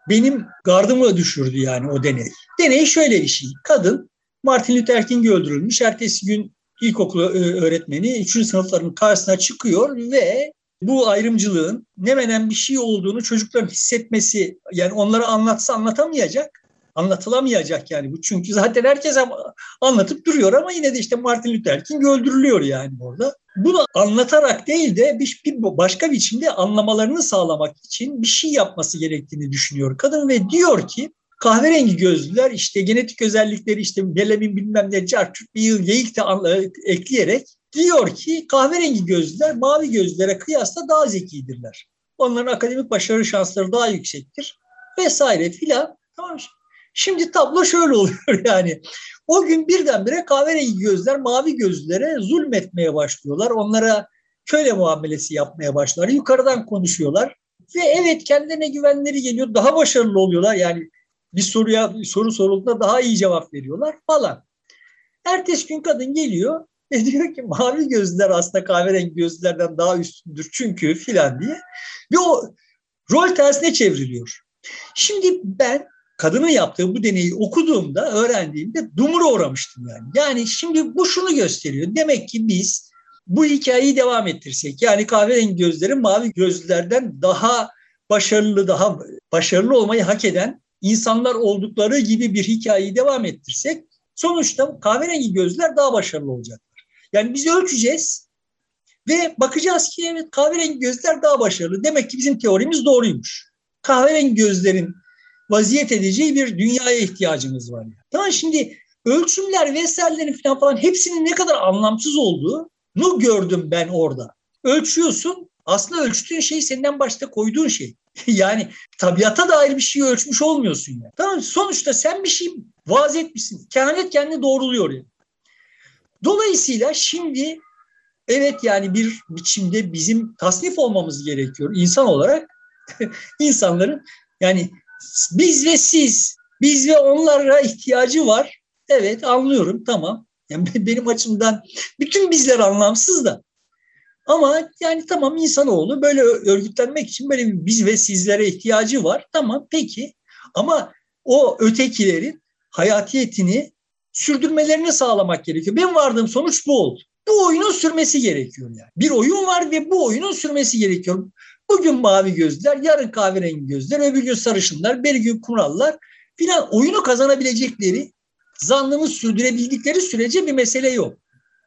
benim gardımı düşürdü yani o deney. Deney şöyle bir şey. Kadın Martin Luther King öldürülmüş. Ertesi gün ilkokul öğretmeni üçüncü sınıfların karşısına çıkıyor ve bu ayrımcılığın ne menen bir şey olduğunu çocukların hissetmesi, yani onlara anlatsa anlatamayacak. Anlatılamayacak yani bu. Çünkü zaten herkes anlatıp duruyor ama yine de işte Martin Luther King öldürülüyor yani orada. Bunu anlatarak değil de bir, bir başka biçimde anlamalarını sağlamak için bir şey yapması gerektiğini düşünüyor kadın ve diyor ki kahverengi gözlüler işte genetik özellikleri işte melanin bilmem ne cartçut bir yıl geyik de ekleyerek diyor ki kahverengi gözlüler mavi gözlülere kıyasla daha zekidirler. Onların akademik başarı şansları daha yüksektir vesaire filan. Tamam. Şimdi tablo şöyle oluyor yani. O gün birdenbire kahverengi gözler mavi gözlülere zulmetmeye başlıyorlar. Onlara köle muamelesi yapmaya başlıyorlar. Yukarıdan konuşuyorlar. Ve evet kendilerine güvenleri geliyor. Daha başarılı oluyorlar. Yani bir soruya bir soru sorulduğunda daha iyi cevap veriyorlar falan. Ertesi gün kadın geliyor ve diyor ki mavi gözlüler aslında kahverengi gözlülerden daha üstündür çünkü filan diye. Ve o rol tersine çevriliyor. Şimdi ben kadının yaptığı bu deneyi okuduğumda, öğrendiğimde dumura uğramıştım yani. Yani şimdi bu şunu gösteriyor. Demek ki biz bu hikayeyi devam ettirsek, yani kahverengi gözlerin mavi gözlülerden daha başarılı, daha başarılı olmayı hak eden insanlar oldukları gibi bir hikayeyi devam ettirsek, sonuçta kahverengi gözlüler daha başarılı olacaklar. Yani biz ölçeceğiz ve bakacağız ki evet kahverengi gözlüler daha başarılı. Demek ki bizim teorimiz doğruymuş. Kahverengi gözlerin vaziyet edeceği bir dünyaya ihtiyacımız var. Yani. Tamam şimdi ölçümler vesairelerin falan falan hepsinin ne kadar anlamsız olduğunu gördüm ben orada. Ölçüyorsun, aslında ölçtüğün şey senden başta koyduğun şey. Yani tabiata dair bir şey ölçmüş olmuyorsun yani. Tamam sonuçta sen bir şey vaaz etmişsin. Kehanet kendini doğruluyor yani. Dolayısıyla şimdi evet yani bir biçimde bizim tasnif olmamız gerekiyor insan olarak. İnsanların yani biz ve siz, biz ve onlara ihtiyacı var. Evet anlıyorum tamam. Yani benim açımdan bütün bizler anlamsız da. Ama yani tamam insanoğlu böyle örgütlenmek için böyle bir biz ve sizlere ihtiyacı var. Tamam peki ama o ötekilerin hayatiyetini sürdürmelerini sağlamak gerekiyor. Benim vardığım sonuç bu oldu. Bu oyunun sürmesi gerekiyor yani. Bir oyun var ve bu oyunun sürmesi gerekiyor. Bugün mavi gözler, yarın kahverengi gözler, öbür gün sarışınlar, bir gün kumrallar filan oyunu kazanabilecekleri, zannını sürdürebildikleri sürece bir mesele yok.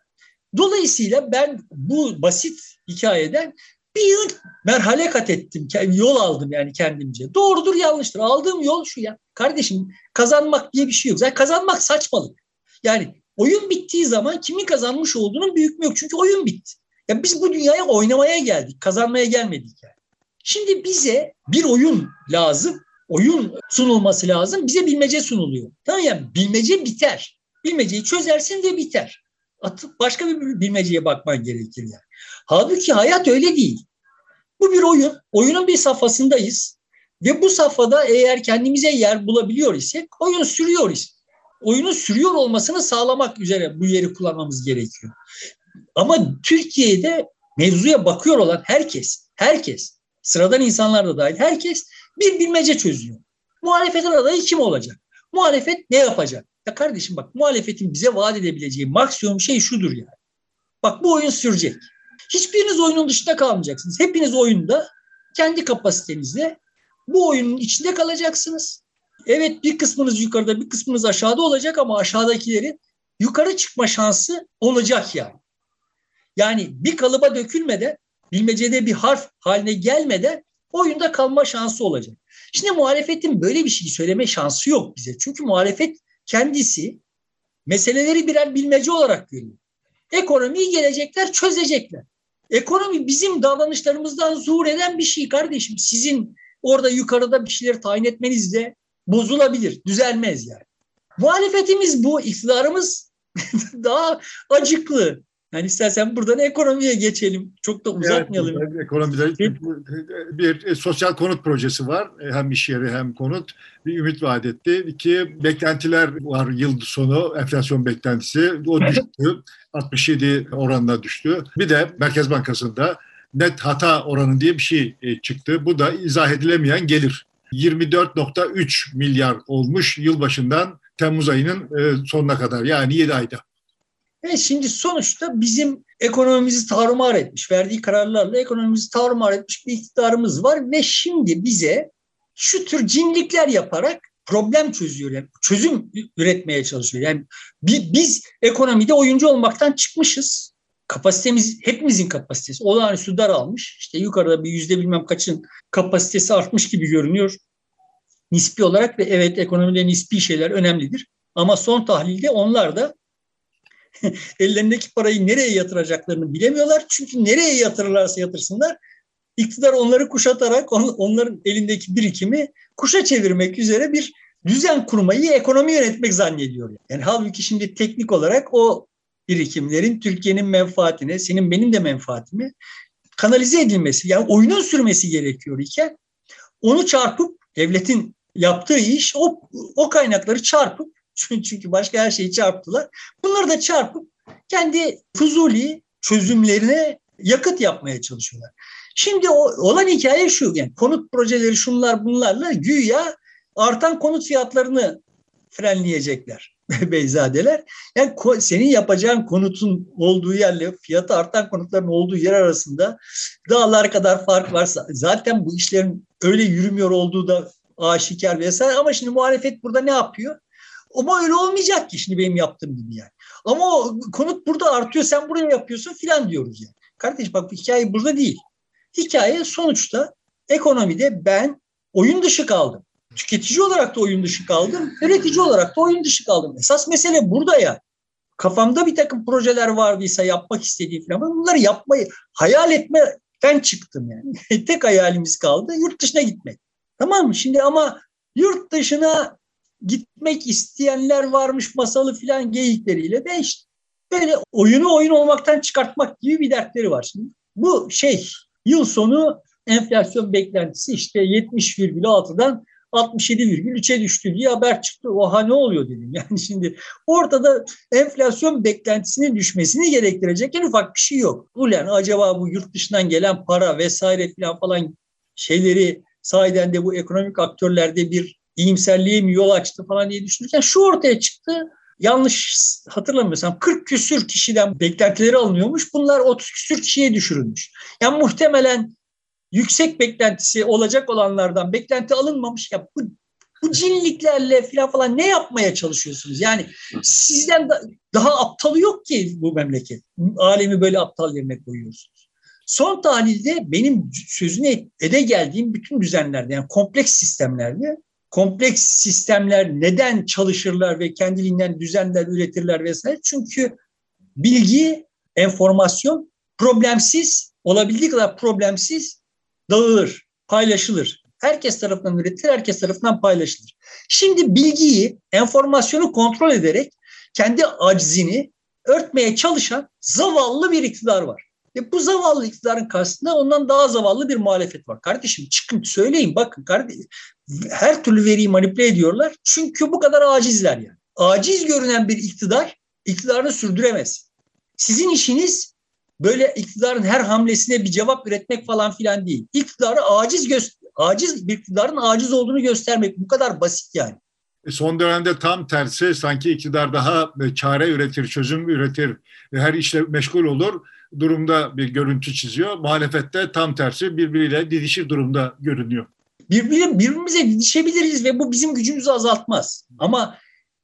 Dolayısıyla ben bu basit hikayeden bir merhale kat ettim, yol aldım yani kendimce. Doğrudur, yanlıştır. Aldığım yol şu ya. Kardeşim kazanmak diye bir şey yok. Zaten kazanmak saçmalık. Yani oyun bittiği zaman kimin kazanmış olduğunun bir hükmü yok. Çünkü oyun bitti. Yani biz bu dünyaya oynamaya geldik, kazanmaya gelmedik yani. Şimdi bize bir oyun lazım, oyun sunulması lazım. Bize bilmece sunuluyor. Tamam yani bilmece biter. Bilmeceyi çözersin ve biter. Atıp başka bir bilmeceye bakman gerekir yani. Halbuki hayat öyle değil. Bu bir oyun. Oyunun bir safhasındayız. Ve bu safhada eğer kendimize yer bulabiliyor isek oyun sürüyor ise. Oyunun sürüyor olmasını sağlamak üzere bu yeri kullanmamız gerekiyor. Ama Türkiye'de mevzuya bakıyor olan herkes, herkes, sıradan insanlar da dahil herkes bir bilmece çözüyor. Muhalefetin adayı kim olacak? Muhalefet ne yapacak? Ya kardeşim bak muhalefetin bize vaat edebileceği maksimum şey şudur yani. Bak bu oyun sürecek. Hiçbiriniz oyunun dışında kalmayacaksınız. Hepiniz oyunda kendi kapasitenizle bu oyunun içinde kalacaksınız. Evet bir kısmınız yukarıda bir kısmınız aşağıda olacak ama aşağıdakilerin yukarı çıkma şansı olacak yani. Yani bir kalıba dökülmeden, bilmecede bir harf haline gelmeden oyunda kalma şansı olacak. Şimdi muhalefetin böyle bir şey söyleme şansı yok bize. Çünkü muhalefet kendisi meseleleri birer bilmece olarak görüyor. Ekonomiyi gelecekler, çözecekler. Ekonomi bizim davranışlarımızdan zuhur eden bir şey kardeşim. Sizin orada yukarıda bir şeyler tayin etmenizle bozulabilir, düzelmez yani. Muhalefetimiz bu, iktidarımız daha acıklı. Yani istersen buradan ekonomiye geçelim. Çok da uzatmayalım. Evet, ekonomide bir sosyal konut projesi var. Hem iş yeri hem konut. Bir ümit vaat etti. İki beklentiler var yıl sonu. Enflasyon beklentisi. O düştü. altmış yedi oranına düştü. Bir de Merkez Bankası'nda net hata oranı diye bir şey çıktı. Bu da izah edilemeyen gelir yirmi dört nokta üç milyar olmuş yılbaşından Temmuz ayının sonuna kadar, yani yedi ayda. E şimdi sonuçta bizim ekonomimizi tarumar etmiş, verdiği kararlarla ekonomimizi tarumar etmiş bir iktidarımız var ve şimdi bize şu tür cinlikler yaparak problem çözüyor, yani çözüm üretmeye çalışıyor. Yani biz ekonomide oyuncu olmaktan çıkmışız. Kapasitemiz, hepimizin kapasitesi olağanüstü daralmış. İşte yukarıda bir yüzde bilmem kaçın kapasitesi artmış gibi görünüyor nispi olarak ve evet, ekonomide nispi şeyler önemlidir. Ama son tahlilde onlar da ellerindeki parayı nereye yatıracaklarını bilemiyorlar. Çünkü nereye yatırırlarsa yatırsınlar, iktidar onları kuşatarak onların elindeki birikimi kuşa çevirmek üzere bir düzen kurmayı, ekonomi yönetmek zannediyor. Yani halbuki şimdi teknik olarak o birikimlerin Türkiye'nin menfaatine, senin benim de menfaatime kanalize edilmesi, yani oyunun sürmesi gerekiyor iken onu çarpıp devletin yaptığı iş o, o kaynakları çarpıp, çünkü başka her şeyi çarptılar, bunları da çarpıp kendi fuzuli çözümlerine yakıt yapmaya çalışıyorlar. Şimdi o, olan hikaye şu, yani konut projeleri şunlar bunlarla güya artan konut fiyatlarını frenleyecekler beyzadeler. Yani senin yapacağın konutun olduğu yerle fiyatı artan konutların olduğu yer arasında dağlar kadar fark varsa zaten bu işlerin öyle yürümüyor olduğu da aşikar vesaire, ama şimdi muhalefet burada ne yapıyor? Ama öyle olmayacak ki şimdi benim yaptığım gibi yani. Ama o konut burada artıyor, sen buraya yapıyorsun filan diyoruz yani. Kardeş bak, bu hikaye burada değil. Hikaye sonuçta ekonomide ben oyun dışı kaldım. Tüketici olarak da oyun dışı kaldım. Üretici olarak da oyun dışı kaldım. Esas mesele burada ya. Kafamda bir takım projeler vardıysa yapmak istediğim falan, bunları yapmayı hayal etmeden çıktım yani. Tek hayalimiz kaldı yurt dışına gitmek. Tamam mı? Şimdi ama yurt dışına gitmek isteyenler varmış masalı filan geyikleriyle de işte böyle oyunu oyun olmaktan çıkartmak gibi bir dertleri var şimdi. Bu şey, yıl sonu enflasyon beklentisi işte yetmiş virgül altıdan altmış yedi virgül üçe düştü diye haber çıktı. Oha, ne oluyor dedim. Yani şimdi ortada enflasyon beklentisinin düşmesini gerektirecek en ufak bir şey yok. Ulan acaba bu yurt dışından gelen para vesaire falan falan şeyleri sahiden de bu ekonomik aktörlerde bir iyimserliğe mi yol açtı falan diye düşünürken şu ortaya çıktı. Yanlış hatırlamıyorsam kırk küsür kişiden beklentileri alınıyormuş. Bunlar otuz küsür kişiye düşürülmüş. Yani muhtemelen yüksek beklentisi olacak olanlardan beklenti alınmamış. Ya bu, bu cinliklerle falan falan ne yapmaya çalışıyorsunuz? Yani sizden da, daha aptalı yok ki bu memleket. Alemi böyle aptal yerine koyuyorsunuz. Son tahlilde benim sözüne ede geldiğim bütün düzenlerde, yani kompleks sistemlerde, kompleks sistemler neden çalışırlar ve kendiliğinden düzenler üretirler vesaire? Çünkü bilgi, enformasyon problemsiz, olabildiği kadar problemsiz dağılır, paylaşılır. Herkes tarafından üretilir, herkes tarafından paylaşılır. Şimdi bilgiyi, enformasyonu kontrol ederek kendi aczini örtmeye çalışan zavallı bir iktidar var. Ve bu zavallı iktidarın karşısında ondan daha zavallı bir muhalefet var. Kardeşim çıkın söyleyin, bakın kardeşim, her türlü veriyi manipüle ediyorlar. Çünkü bu kadar acizler yani. Aciz görünen bir iktidar iktidarını sürdüremez. Sizin işiniz böyle iktidarın her hamlesine bir cevap üretmek falan filan değil. İktidarı aciz göster, aciz bir iktidarın aciz olduğunu göstermek, bu kadar basit yani. Son dönemde tam tersi, sanki iktidar daha çare üretir, çözüm üretir, her işle meşgul olur durumda bir görüntü çiziyor. Muhalefette tam tersi, birbiriyle didişir durumda görünüyor. Birbirine, birbirimize didişebiliriz ve bu bizim gücümüzü azaltmaz. Ama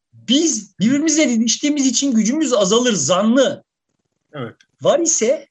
biz birbirimizle didiştiğimiz için gücümüz azalır zannı evet. var ise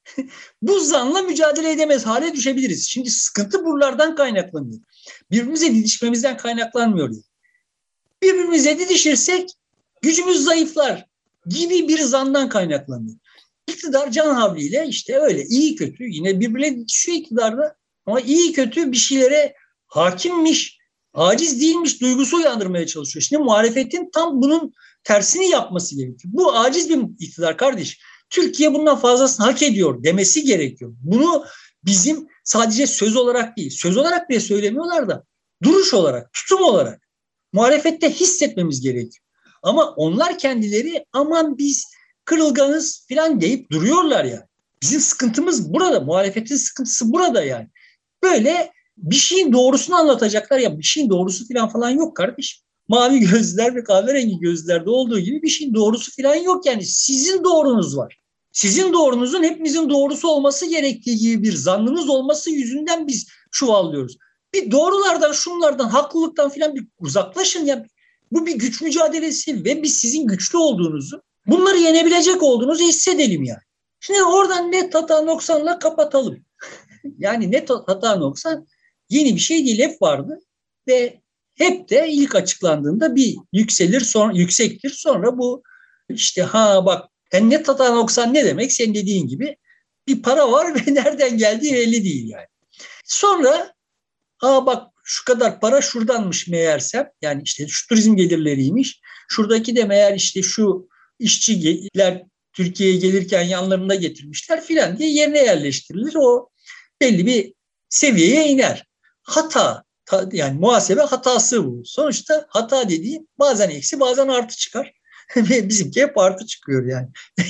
bu zanla mücadele edemez hale düşebiliriz. Şimdi sıkıntı buralardan kaynaklanıyor. Birbirimize didişmemizden kaynaklanmıyor. Birbirimize didişirsek gücümüz zayıflar gibi bir zandan kaynaklanıyor. İktidar can havliyle işte öyle iyi kötü yine birbirine didişiyor iktidarda, ama iyi kötü bir şeylere hakimmiş, aciz değilmiş duygusu uyandırmaya çalışıyor. Şimdi muhalefetin tam bunun tersini yapması gerekiyor. Bu aciz bir iktidar kardeş. Türkiye bundan fazlasını hak ediyor demesi gerekiyor. Bunu bizim sadece söz olarak değil, söz olarak bile söylemiyorlar da duruş olarak, tutum olarak muhalefette hissetmemiz gerekiyor. Ama onlar kendileri aman biz kırılganız falan deyip duruyorlar yani. Bizim sıkıntımız burada, muhalefetin sıkıntısı burada yani. Böyle bir şeyin doğrusunu anlatacaklar ya, bir şeyin doğrusu falan falan yok kardeşim. Mavi gözler ve kahverengi gözlerde olduğu gibi bir şeyin doğrusu falan yok yani. Sizin doğrunuz var. Sizin doğrunuzun hepimizin doğrusu olması gerektiği gibi bir zannınız olması yüzünden biz çuvallıyoruz. Bir doğrulardan, şunlardan, haklılıktan falan bir uzaklaşın ya. Bu bir güç mücadelesi ve biz sizin güçlü olduğunuzu, bunları yenebilecek olduğunuzu hissedelim yani. Şimdi oradan net hata noksanla kapatalım. Yani net hata noksan yeni bir şey değil, hep vardı ve hep de ilk açıklandığında bir yükselir, sonra yüksektir. Sonra bu işte ha bak, yani net hata noksan ne demek? Senin dediğin gibi bir para var ve nereden geldiği belli değil yani. Sonra ha bak, şu kadar para şuradanmış meğersem, yani işte şu turizm gelirleriymiş. Şuradaki de meğer işte şu işçiler Türkiye'ye gelirken yanlarında getirmişler filan diye yerine yerleştirilir. O belli bir seviyeye iner. Hata, yani muhasebe hatası bu. Sonuçta hata dediği bazen eksi bazen artı çıkar. Ve bizimki hep artı çıkıyor yani.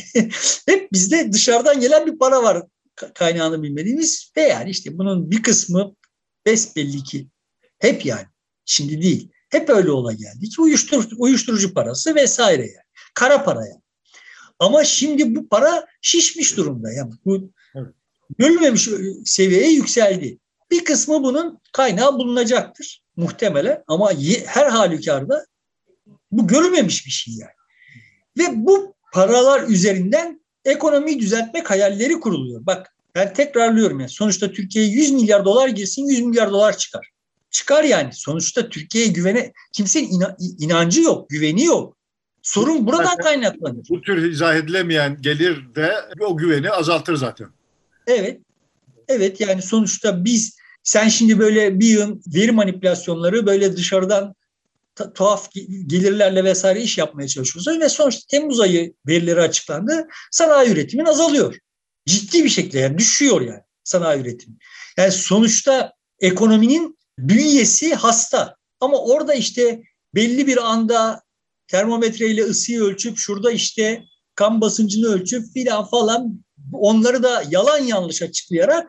Hep bizde dışarıdan gelen bir para var, kaynağını bilmediğimiz ve yani işte bunun bir kısmı besbelli ki hep, yani şimdi değil, hep öyle ola geldi ki uyuşturucu, uyuşturucu parası vesaire yani. Kara para yani. Ama şimdi bu para şişmiş durumda. Yani bu görülmemiş seviyeye yükseldi. Bir kısmı bunun kaynağı bulunacaktır muhtemelen ama her halükarda bu görülmemiş bir şey yani. Ve bu paralar üzerinden ekonomiyi düzeltmek hayalleri kuruluyor. Bak ben tekrarlıyorum yani, sonuçta Türkiye'ye yüz milyar dolar girsin, yüz milyar dolar çıkar. Çıkar yani. Sonuçta Türkiye'ye güvene, kimsenin ina, inancı yok, güveni yok. Sorun buradan zaten kaynaklanır. Bu tür izah edilemeyen gelir de o güveni azaltır zaten. Evet. Evet yani sonuçta biz, sen şimdi böyle bir yığın veri manipülasyonları, böyle dışarıdan tuhaf gelirlerle vesaire iş yapmaya çalışıyoruz ve sonuçta Temmuz ayı verileri açıklandı. Sanayi üretimin azalıyor. Ciddi bir şekilde yani düşüyor yani sanayi üretimi. Yani sonuçta ekonominin bünyesi hasta. Ama orada işte belli bir anda termometreyle ısıyı ölçüp şurada işte kan basıncını ölçüp filan falan, onları da yalan yanlış açıklayarak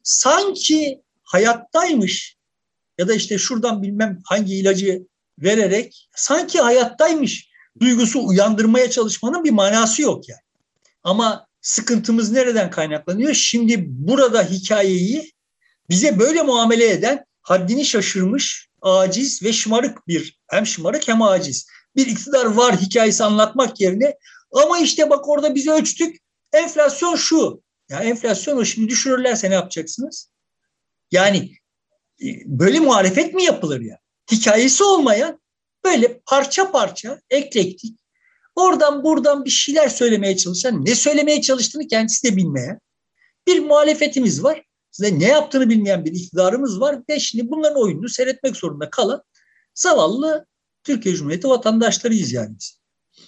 sanki hayattaymış ya da işte şuradan bilmem hangi ilacı vererek sanki hayattaymış duygusu uyandırmaya çalışmanın bir manası yok yani. Ama sıkıntımız nereden kaynaklanıyor? Şimdi burada hikayeyi bize böyle muamele eden, haddini şaşırmış, aciz ve şımarık bir, hem şımarık hem aciz bir iktidar var hikayesi anlatmak yerine, ama işte bak orada biz ölçtük, enflasyon şu. Ya enflasyon o, şimdi düşürürlerse ne yapacaksınız? Yani böyle muhalefet mi yapılır ya? Hikayesi olmayan, böyle parça parça, eklektik, oradan buradan bir şeyler söylemeye çalışan, ne söylemeye çalıştığını kendisi de bilmeyen bir muhalefetimiz var. Size ne yaptığını bilmeyen bir iktidarımız var ve şimdi bunların oyununu seyretmek zorunda kalan zavallı Türkiye Cumhuriyeti vatandaşlarıyız yani biz.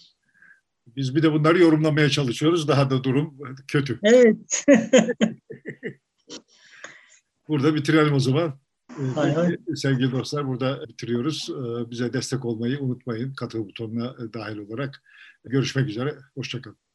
Biz bir de bunları yorumlamaya çalışıyoruz. Daha da durum kötü. Evet. Burada bitirelim o zaman. Hay hay. Sevgili dostlar, burada bitiriyoruz. Bize destek olmayı unutmayın. Katıl butonuna dahil olarak. Görüşmek üzere. Hoşça kalın.